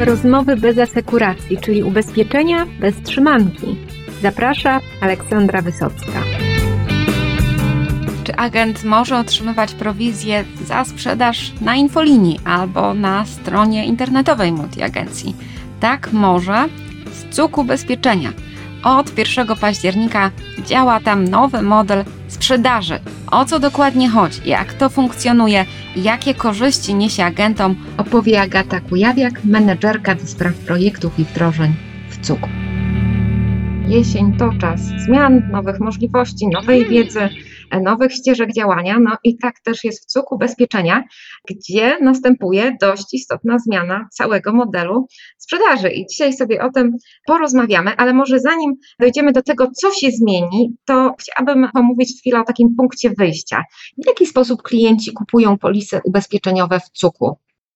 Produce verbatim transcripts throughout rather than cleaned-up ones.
Rozmowy bez asekuracji, czyli ubezpieczenia bez trzymanki. Zaprasza Aleksandra Wysocka. Czy agent może otrzymywać prowizję za sprzedaż na infolinii albo na stronie internetowej multiagencji? Tak, może. Z C U K Ubezpieczenia. Od pierwszego października działa tam nowy model sprzedaży. O co dokładnie chodzi, jak to funkcjonuje, jakie korzyści niesie agentom, opowie Agata Kujawiak, menedżerka do spraw projektów i wdrożeń w C U K. Jesień to czas zmian, nowych możliwości, nowej wiedzy, nowych ścieżek działania. No i tak też jest w C U K Ubezpieczenia, gdzie następuje dość istotna zmiana całego modelu sprzedaży. I dzisiaj sobie o tym porozmawiamy, ale może zanim dojdziemy do tego, co się zmieni, to chciałabym pomówić chwilę o takim punkcie wyjścia. W jaki sposób klienci kupują polisy ubezpieczeniowe w C U K u?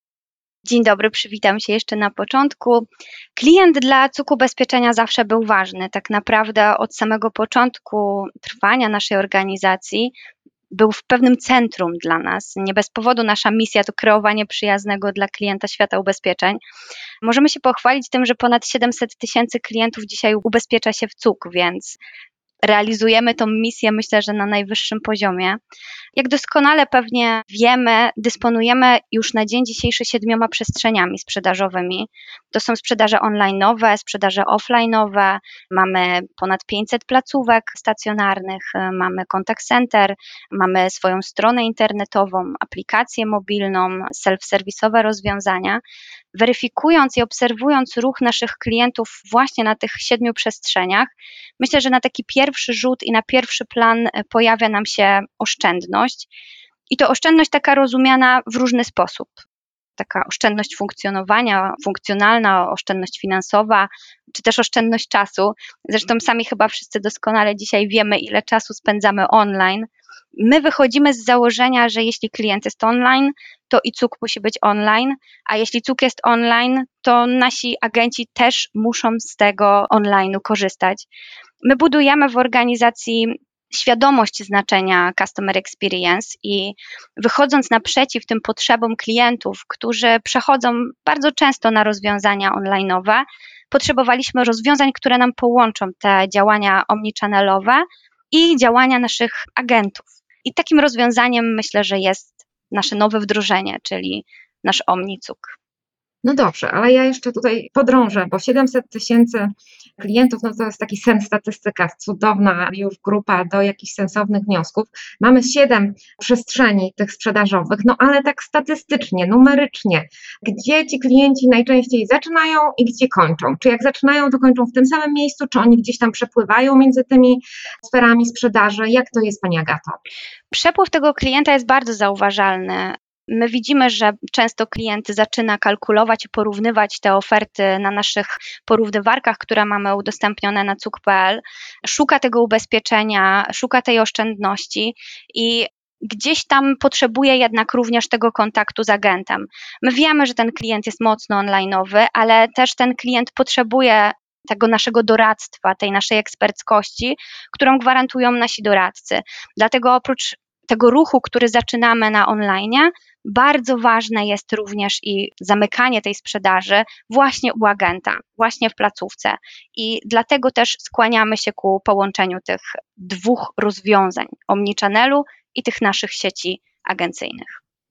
Dzień dobry, przywitam się jeszcze na początku. Klient dla C U K Ubezpieczenia zawsze był ważny. Tak naprawdę od samego początku trwania naszej organizacji był w pewnym centrum dla nas. Nie bez powodu nasza misja to kreowanie przyjaznego dla klienta świata ubezpieczeń. Możemy się pochwalić tym, że ponad siedemset tysięcy klientów dzisiaj ubezpiecza się w C U K, więc realizujemy tą misję, myślę, że na najwyższym poziomie. Jak doskonale pewnie wiemy, dysponujemy już na dzień dzisiejszy siedmioma przestrzeniami sprzedażowymi. To są sprzedaże online'owe, sprzedaże offline'owe, mamy ponad pięćset placówek stacjonarnych, mamy contact center, mamy swoją stronę internetową, aplikację mobilną, self-serwisowe rozwiązania. Weryfikując i obserwując ruch naszych klientów właśnie na tych siedmiu przestrzeniach, myślę, że na taki pierwszy rzut i na pierwszy plan pojawia nam się oszczędność. I to oszczędność taka rozumiana w różny sposób. Taka oszczędność funkcjonowania, funkcjonalna, oszczędność finansowa, czy też oszczędność czasu. Zresztą sami chyba wszyscy doskonale dzisiaj wiemy, ile czasu spędzamy online. My wychodzimy z założenia, że jeśli klient jest online, to i C U K musi być online, a jeśli C U K jest online, to nasi agenci też muszą z tego online'u korzystać. My budujemy w organizacji świadomość znaczenia Customer Experience i wychodząc naprzeciw tym potrzebom klientów, którzy przechodzą bardzo często na rozwiązania online'owe, potrzebowaliśmy rozwiązań, które nam połączą te działania omnichannel'owe i działania naszych agentów. I takim rozwiązaniem myślę, że jest nasze nowe wdrożenie, czyli nasz Omni C U K. No dobrze, ale ja jeszcze tutaj podrążę, bo siedemset tysięcy klientów, no to jest taki sen, statystyka cudowna, już grupa do jakichś sensownych wniosków. Mamy siedem przestrzeni tych sprzedażowych, no ale tak statystycznie, numerycznie, gdzie ci klienci najczęściej zaczynają i gdzie kończą? Czy jak zaczynają, to kończą w tym samym miejscu, czy oni gdzieś tam przepływają między tymi sferami sprzedaży? Jak to jest, Pani Agato? Przepływ tego klienta jest bardzo zauważalny. My widzimy, że często klient zaczyna kalkulować i porównywać te oferty na naszych porównywarkach, które mamy udostępnione na C U K kropka p l, szuka tego ubezpieczenia, szuka tej oszczędności i gdzieś tam potrzebuje jednak również tego kontaktu z agentem. My wiemy, że ten klient jest mocno online'owy, ale też ten klient potrzebuje tego naszego doradztwa, tej naszej eksperckości, którą gwarantują nasi doradcy. Dlatego oprócz tego ruchu, który zaczynamy na online, bardzo ważne jest również i zamykanie tej sprzedaży właśnie u agenta, właśnie w placówce. I dlatego też skłaniamy się ku połączeniu tych dwóch rozwiązań, omnichannelu i tych naszych sieci agencyjnych.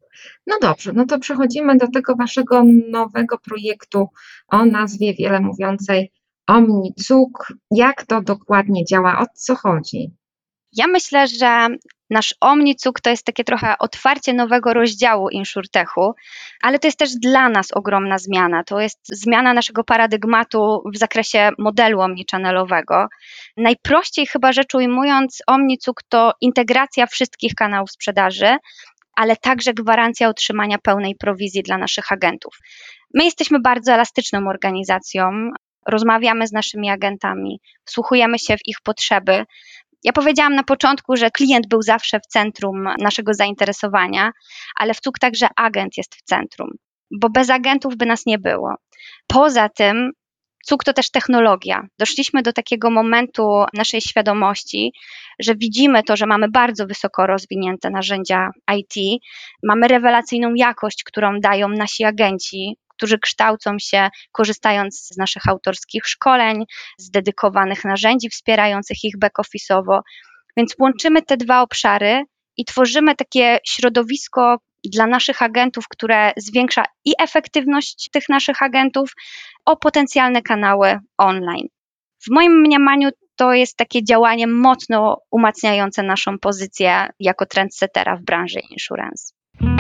No dobrze, no to przechodzimy do tego waszego nowego projektu o nazwie wiele mówiącej Omni C U K. Jak to dokładnie działa? O co chodzi? Ja myślę, że nasz Omni C U K to jest takie trochę otwarcie nowego rozdziału InsurTechu, ale to jest też dla nas ogromna zmiana. To jest zmiana naszego paradygmatu w zakresie modelu omnichannelowego. Najprościej chyba rzecz ujmując, Omni C U K to integracja wszystkich kanałów sprzedaży, ale także gwarancja otrzymania pełnej prowizji dla naszych agentów. My jesteśmy bardzo elastyczną organizacją, rozmawiamy z naszymi agentami, wsłuchujemy się w ich potrzeby. Ja powiedziałam na początku, że klient był zawsze w centrum naszego zainteresowania, ale w C U K także agent jest w centrum, bo bez agentów by nas nie było. Poza tym C U K to też technologia. Doszliśmy do takiego momentu naszej świadomości, że widzimy to, że mamy bardzo wysoko rozwinięte narzędzia I T, mamy rewelacyjną jakość, którą dają nasi agenci, którzy kształcą się korzystając z naszych autorskich szkoleń, z dedykowanych narzędzi wspierających ich back-office'owo. Więc łączymy te dwa obszary i tworzymy takie środowisko dla naszych agentów, które zwiększa i efektywność tych naszych agentów o potencjalne kanały online. W moim mniemaniu to jest takie działanie mocno umacniające naszą pozycję jako trendsettera w branży insurance.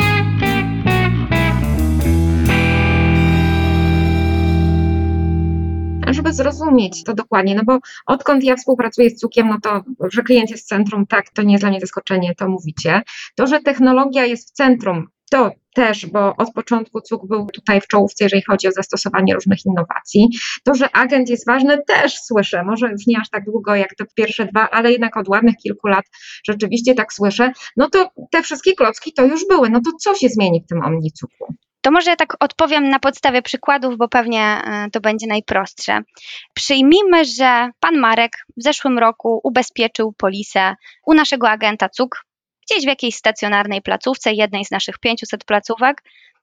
Żeby zrozumieć to dokładnie, no bo odkąd ja współpracuję z Cukiem, no to, że klient jest w centrum, tak, to nie jest dla mnie zaskoczenie, to mówicie. To, że technologia jest w centrum, to też, bo od początku Cuk był tutaj w czołówce, jeżeli chodzi o zastosowanie różnych innowacji. To, że agent jest ważny, też słyszę, może już nie aż tak długo jak te pierwsze dwa, ale jednak od ładnych kilku lat rzeczywiście tak słyszę. No to te wszystkie klocki to już były, no to co się zmieni w tym OmniCuku? To może ja tak odpowiem na podstawie przykładów, bo pewnie to będzie najprostsze. Przyjmijmy, że pan Marek w zeszłym roku ubezpieczył polisę u naszego agenta Cuk, gdzieś w jakiejś stacjonarnej placówce, jednej z naszych pięciuset placówek.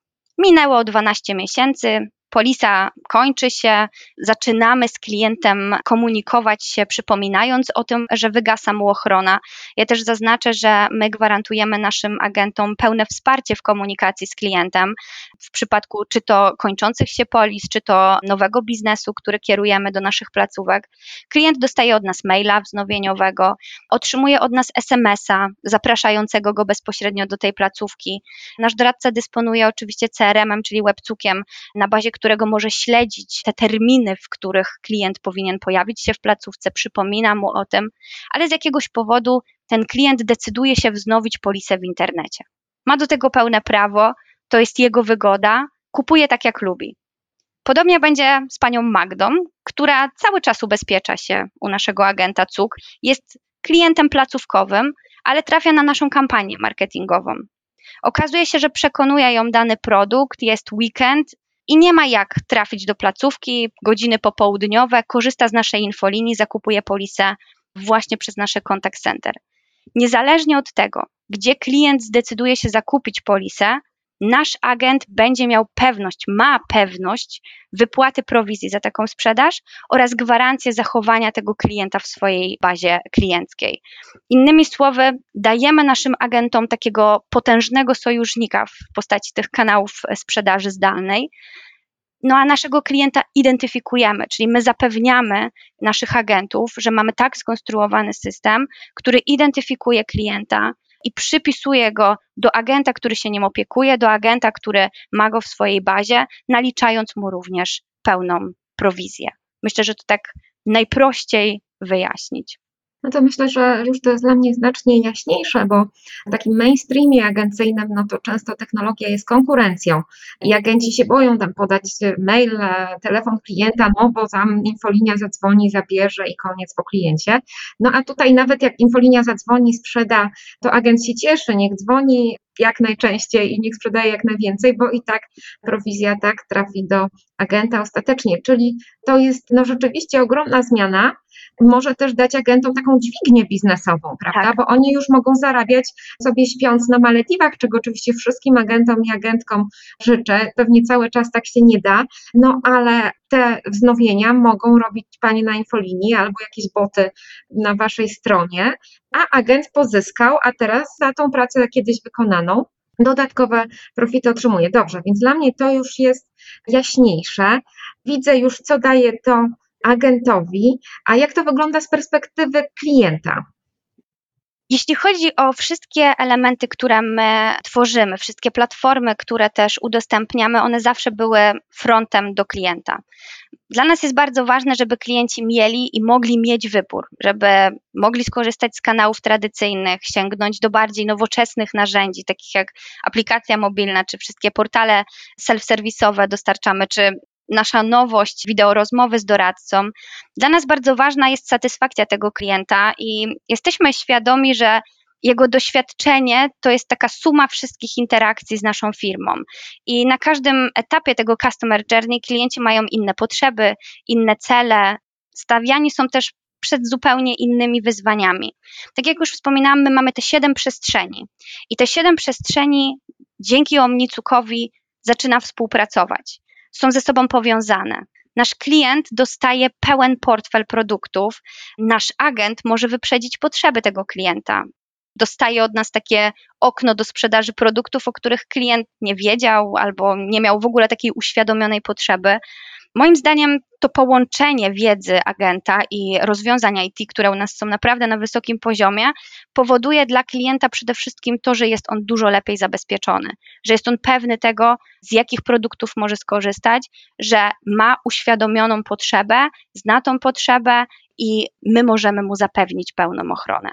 Minęło dwanaście miesięcy, polisa kończy się, zaczynamy z klientem komunikować się, przypominając o tym, że wygasa mu ochrona. Ja też zaznaczę, że my gwarantujemy naszym agentom pełne wsparcie w komunikacji z klientem w przypadku czy to kończących się polis, czy to nowego biznesu, który kierujemy do naszych placówek. Klient dostaje od nas maila wznowieniowego, otrzymuje od nas es em es a zapraszającego go bezpośrednio do tej placówki. Nasz doradca dysponuje oczywiście ce er em em, czyli webcukiem, na bazie którego może śledzić te terminy, w których klient powinien pojawić się w placówce, przypomina mu o tym, ale z jakiegoś powodu ten klient decyduje się wznowić polisę w internecie. Ma do tego pełne prawo, to jest jego wygoda, kupuje tak jak lubi. Podobnie będzie z panią Magdą, która cały czas ubezpiecza się u naszego agenta Cuk, jest klientem placówkowym, ale trafia na naszą kampanię marketingową. Okazuje się, że przekonuje ją dany produkt, jest weekend i nie ma jak trafić do placówki, godziny popołudniowe, korzysta z naszej infolinii, zakupuje polisę właśnie przez nasze contact center. Niezależnie od tego, gdzie klient zdecyduje się zakupić polisę, nasz agent będzie miał pewność, ma pewność wypłaty prowizji za taką sprzedaż oraz gwarancję zachowania tego klienta w swojej bazie klienckiej. Innymi słowy, dajemy naszym agentom takiego potężnego sojusznika w postaci tych kanałów sprzedaży zdalnej, no a naszego klienta identyfikujemy, czyli my zapewniamy naszych agentów, że mamy tak skonstruowany system, który identyfikuje klienta i przypisuje go do agenta, który się nim opiekuje, do agenta, który ma go w swojej bazie, naliczając mu również pełną prowizję. Myślę, że to tak najprościej wyjaśnić. No to myślę, że już to jest dla mnie znacznie jaśniejsze, bo w takim mainstreamie agencyjnym, no to często technologia jest konkurencją i agenci się boją tam podać mail, telefon klienta, no bo tam infolinia zadzwoni, zabierze i koniec po kliencie. No a tutaj nawet jak infolinia zadzwoni, sprzeda, to agent się cieszy, niech dzwoni jak najczęściej i niech sprzedaje jak najwięcej, bo i tak prowizja tak trafi do agenta ostatecznie, czyli to jest no rzeczywiście ogromna zmiana. Może też dać agentom taką dźwignię biznesową, prawda? Tak. Bo oni już mogą zarabiać sobie śpiąc na Malediwach, czego oczywiście wszystkim agentom i agentkom życzę. Pewnie cały czas tak się nie da, no ale te wznowienia mogą robić panie na infolinii albo jakieś boty na waszej stronie, a agent pozyskał, a teraz za tą pracę kiedyś wykonaną dodatkowe profity otrzymuje. Dobrze, więc dla mnie to już jest jaśniejsze. Widzę już, co daje to agentowi, a jak to wygląda z perspektywy klienta? Jeśli chodzi o wszystkie elementy, które my tworzymy, wszystkie platformy, które też udostępniamy, one zawsze były frontem do klienta. Dla nas jest bardzo ważne, żeby klienci mieli i mogli mieć wybór, żeby mogli skorzystać z kanałów tradycyjnych, sięgnąć do bardziej nowoczesnych narzędzi, takich jak aplikacja mobilna, czy wszystkie portale self-serwisowe dostarczamy, czy nasza nowość, wideorozmowy z doradcą. Dla nas bardzo ważna jest satysfakcja tego klienta i jesteśmy świadomi, że jego doświadczenie to jest taka suma wszystkich interakcji z naszą firmą. I na każdym etapie tego customer journey klienci mają inne potrzeby, inne cele, stawiani są też przed zupełnie innymi wyzwaniami. Tak jak już wspominałam, my mamy te siedem przestrzeni i te siedem przestrzeni dzięki OmniCukowi zaczyna współpracować. są ze sobą powiązane. Nasz klient dostaje pełen portfel produktów, nasz agent może wyprzedzić potrzeby tego klienta. Dostaje od nas takie okno do sprzedaży produktów, o których klient nie wiedział albo nie miał w ogóle takiej uświadomionej potrzeby. Moim zdaniem to połączenie wiedzy agenta i rozwiązań I T, które u nas są naprawdę na wysokim poziomie, powoduje dla klienta przede wszystkim to, że jest on dużo lepiej zabezpieczony, że jest on pewny tego, z jakich produktów może skorzystać, że ma uświadomioną potrzebę, zna tą potrzebę i my możemy mu zapewnić pełną ochronę.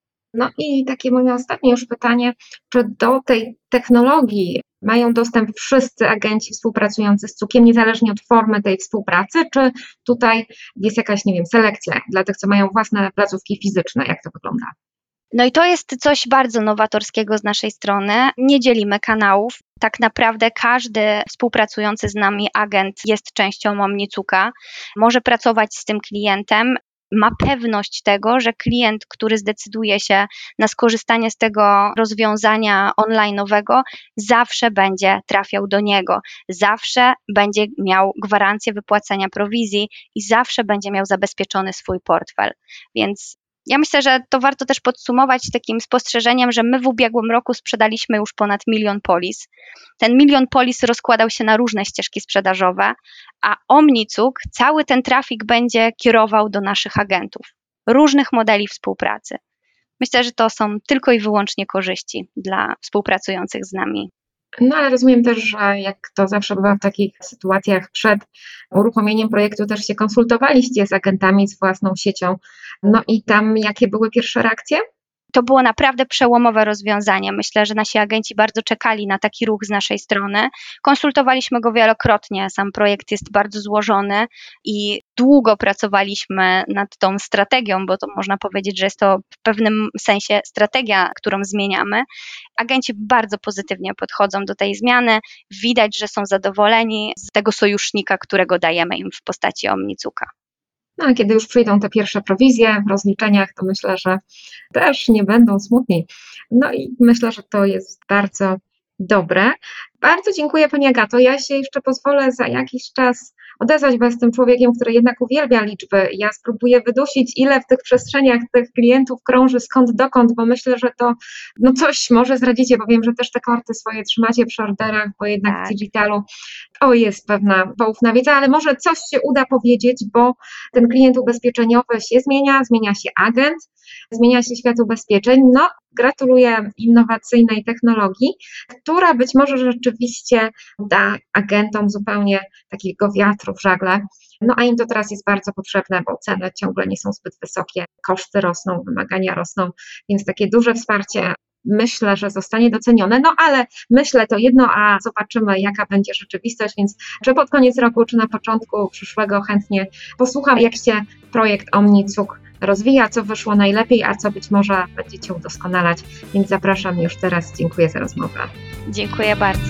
No i takie moje ostatnie już pytanie, czy do tej technologii mają dostęp wszyscy agenci współpracujący z cukiem, niezależnie od formy tej współpracy, czy tutaj jest jakaś, nie wiem, selekcja dla tych, co mają własne placówki fizyczne, jak to wygląda? No i to jest coś bardzo nowatorskiego z naszej strony. Nie dzielimy kanałów. Tak naprawdę każdy współpracujący z nami agent jest częścią OmniCuka, może pracować z tym klientem, ma pewność tego, że klient, który zdecyduje się na skorzystanie z tego rozwiązania online'owego, zawsze będzie trafiał do niego, zawsze będzie miał gwarancję wypłacenia prowizji i zawsze będzie miał zabezpieczony swój portfel. Więc ja myślę, że to warto też podsumować takim spostrzeżeniem, że my w ubiegłym roku sprzedaliśmy już ponad milion polis. Ten milion polis rozkładał się na różne ścieżki sprzedażowe, a OmniCuk cały ten trafik będzie kierował do naszych agentów, różnych modeli współpracy. Myślę, że to są tylko i wyłącznie korzyści dla współpracujących z nami. No ale rozumiem też, że jak to zawsze bywa w takich sytuacjach, przed uruchomieniem projektu też się konsultowaliście z agentami, z własną siecią. No i tam jakie były pierwsze reakcje? To było naprawdę przełomowe rozwiązanie. Myślę, że nasi agenci bardzo czekali na taki ruch z naszej strony. Konsultowaliśmy go wielokrotnie. Sam projekt jest bardzo złożony i długo pracowaliśmy nad tą strategią, bo to można powiedzieć, że jest to w pewnym sensie strategia, którą zmieniamy. Agenci bardzo pozytywnie podchodzą do tej zmiany. Widać, że są zadowoleni z tego sojusznika, którego dajemy im w postaci OmniCuka. No a kiedy już przyjdą te pierwsze prowizje w rozliczeniach, to myślę, że też nie będą smutni. No i myślę, że to jest bardzo dobre. Bardzo dziękuję Pani Agato. Ja się jeszcze pozwolę za jakiś czas odezwać, bo jestem człowiekiem, który jednak uwielbia liczby. Ja spróbuję wydusić, ile w tych przestrzeniach tych klientów krąży skąd dokąd, bo myślę, że to no coś może zdradzicie, bo wiem, że też te karty swoje trzymacie przy orderach, bo jednak Tak. w digitalu o, jest pewna poufna wiedza, ale może coś się uda powiedzieć, bo ten klient ubezpieczeniowy się zmienia, zmienia się agent, zmienia się świat ubezpieczeń. No, gratuluję innowacyjnej technologii, która być może rzeczywiście da agentom zupełnie takiego wiatru w żagle. No a im to teraz jest bardzo potrzebne, bo ceny ciągle nie są zbyt wysokie, koszty rosną, wymagania rosną, więc takie duże wsparcie myślę, że zostanie docenione, no ale myślę to jedno, a zobaczymy, jaka będzie rzeczywistość, więc czy pod koniec roku, czy na początku przyszłego chętnie posłucham, jak się projekt OmniCuk rozwija, co wyszło najlepiej, a co być może będziecie udoskonalać, więc zapraszam już teraz. Dziękuję za rozmowę. Dziękuję bardzo.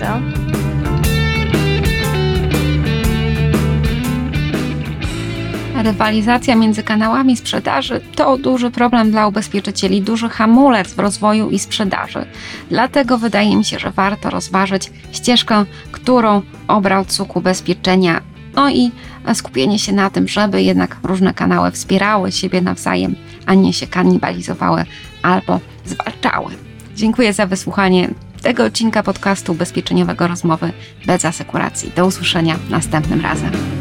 Rywalizacja między kanałami sprzedaży to duży problem dla ubezpieczycieli, duży hamulec w rozwoju i sprzedaży. Dlatego wydaje mi się, że warto rozważyć ścieżkę, którą obrał Cuk Ubezpieczenia. No i skupienie się na tym, żeby jednak różne kanały wspierały siebie nawzajem, a nie się kanibalizowały albo zwalczały. Dziękuję za wysłuchanie tego odcinka podcastu ubezpieczeniowego Rozmowy bez asekuracji. Do usłyszenia następnym razem.